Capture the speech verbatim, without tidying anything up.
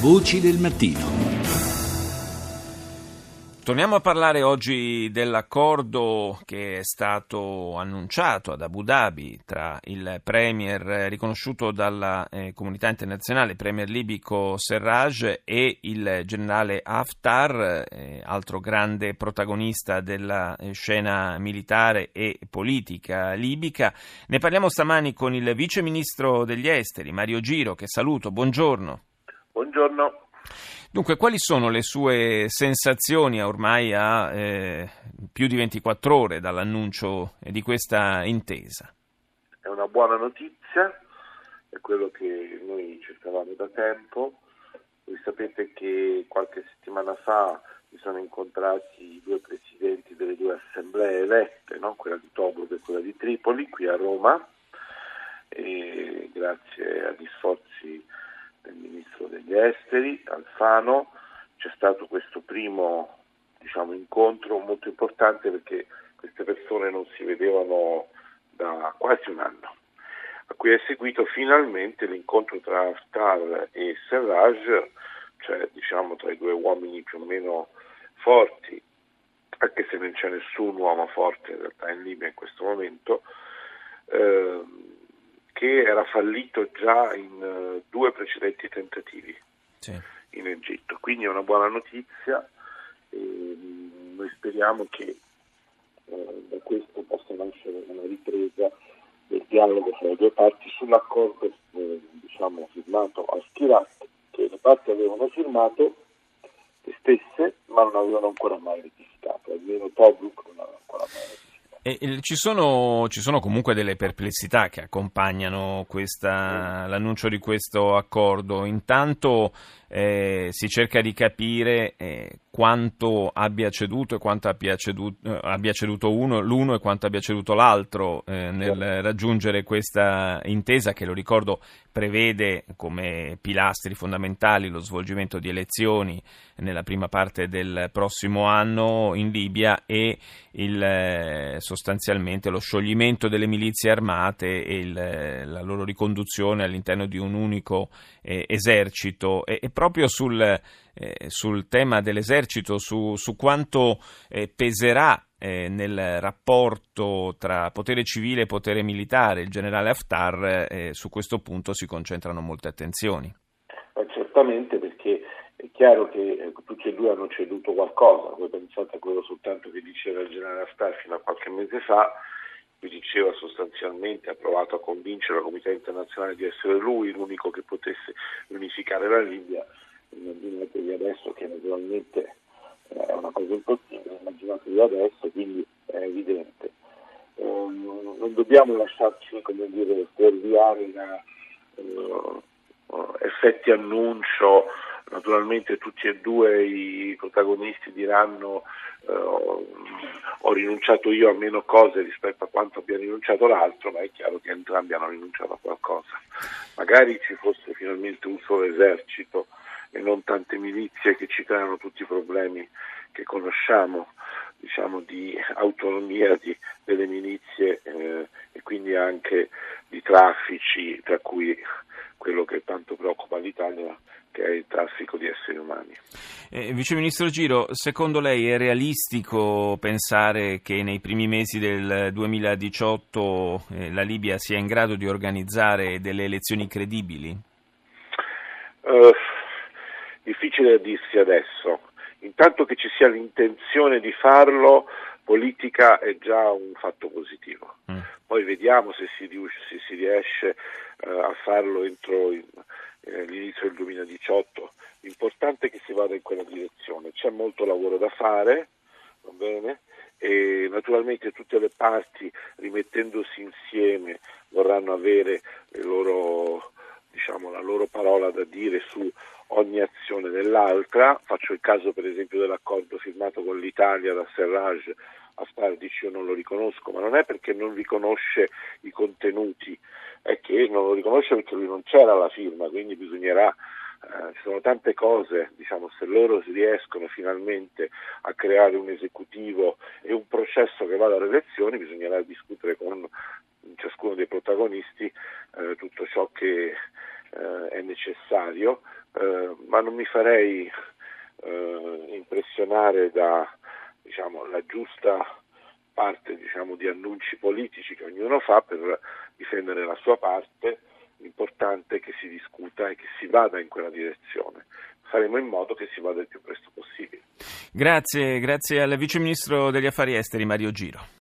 Voci del mattino. Torniamo a parlare oggi dell'accordo che è stato annunciato ad Abu Dhabi tra il premier riconosciuto dalla eh, comunità internazionale, premier libico Serraj, e il generale Haftar, eh, altro grande protagonista della eh, scena militare e politica libica. Ne parliamo stamani con il vice ministro degli esteri, Mario Giro, che saluto. Buongiorno. Buongiorno. Dunque, quali sono le sue sensazioni ormai a eh, più di ventiquattro ore dall'annuncio di questa intesa? È una buona notizia, è quello che noi cercavamo da tempo. Voi sapete che qualche settimana fa si sono incontrati i due presidenti delle due assemblee elette, no? Quella di Tobruk e quella di Tripoli, qui a Roma, e grazie agli sforzi del ministro degli esteri Alfano c'è stato questo primo diciamo incontro molto importante, perché queste persone non si vedevano da quasi un anno, a cui è seguito finalmente l'incontro tra Haftar e Serraj, cioè diciamo tra i due uomini più o meno forti, anche se non c'è nessun uomo forte in realtà in Libia in questo momento, ehm, che era fallito già in uh, due precedenti tentativi sì. in Egitto. Quindi è una buona notizia e um, noi speriamo che uh, da questo possa nascere una ripresa del dialogo fra le due parti sull'accordo eh, diciamo firmato a Skhirat, che le parti avevano firmato le stesse ma non avevano ancora mai ratificato, almeno Tobruk non aveva ancora mai ratificato. E, e, ci sono, ci sono comunque delle perplessità che accompagnano questa, l'annuncio di questo accordo. Intanto eh, si cerca di capire eh, quanto abbia ceduto e quanto abbia ceduto, eh, abbia ceduto uno, l'uno e quanto abbia ceduto l'altro eh, nel raggiungere questa intesa, che, lo ricordo, prevede come pilastri fondamentali lo svolgimento di elezioni nella prima parte del prossimo anno in Libia e il, eh, sostanzialmente lo scioglimento delle milizie armate e il, la loro riconduzione all'interno di un unico eh, esercito. E, e proprio sul, eh, sul tema dell'esercito, su, su quanto eh, peserà Eh, nel rapporto tra potere civile e potere militare il generale Haftar, eh, su questo punto si concentrano molte attenzioni. Ma certamente, perché è chiaro che eh, tutti e due hanno ceduto qualcosa. Voi pensate a quello soltanto che diceva il generale Haftar fino a qualche mese fa, lui diceva sostanzialmente, ha provato a convincere la comunità internazionale di essere lui l'unico che potesse unificare la Libia. Immaginatevi adesso che naturalmente è una cosa impossibile, immaginatevi adesso, quindi è evidente. Um, non dobbiamo lasciarci, come dire, fuorviare da uh, uh, effetti annuncio. Naturalmente tutti e due i protagonisti diranno uh, ho rinunciato io a meno cose rispetto a quanto abbia rinunciato l'altro, ma è chiaro che entrambi hanno rinunciato a qualcosa. Magari ci fosse finalmente un solo esercito e non tante milizie che ci creano tutti i problemi che conosciamo, diciamo, di autonomia di, delle milizie eh, e quindi anche di traffici, tra cui quello che tanto preoccupa l'Italia, che è il traffico di esseri umani. Eh, Vice Ministro Giro, secondo lei è realistico pensare che nei primi mesi del duemiladiciotto eh, la Libia sia in grado di organizzare delle elezioni credibili? Uh, difficile da dirsi adesso. Intanto che ci sia l'intenzione di farlo, politica è già un fatto positivo. Mm. Poi vediamo se si, se si riesce uh, a farlo entro il, eh, l'inizio del duemiladiciotto. L'importante è che si vada in quella direzione. C'è molto lavoro da fare, va bene? E naturalmente tutte le parti, rimettendosi insieme, vorranno avere le loro, diciamo, la loro parola da dire su ogni azione dell'altra. Faccio il caso per esempio dell'accordo firmato con l'Italia da Serraj. Haftar dice io non lo riconosco, ma non è perché non riconosce i contenuti, è che non lo riconosce perché lui non c'era alla firma, quindi bisognerà, eh, ci sono tante cose, diciamo, se loro si riescono finalmente a creare un esecutivo e un processo che vada alle elezioni, bisognerà discutere con ciascuno dei protagonisti eh, tutto ciò che eh, è necessario, eh, ma non mi farei eh, impressionare da diciamo, la giusta parte diciamo, di annunci politici che ognuno fa per difendere la sua parte. L'importante è che si discuta e che si vada in quella direzione. Faremo in modo che si vada il più presto possibile. Grazie, grazie al Vice Ministro degli Affari Esteri Mario Giro.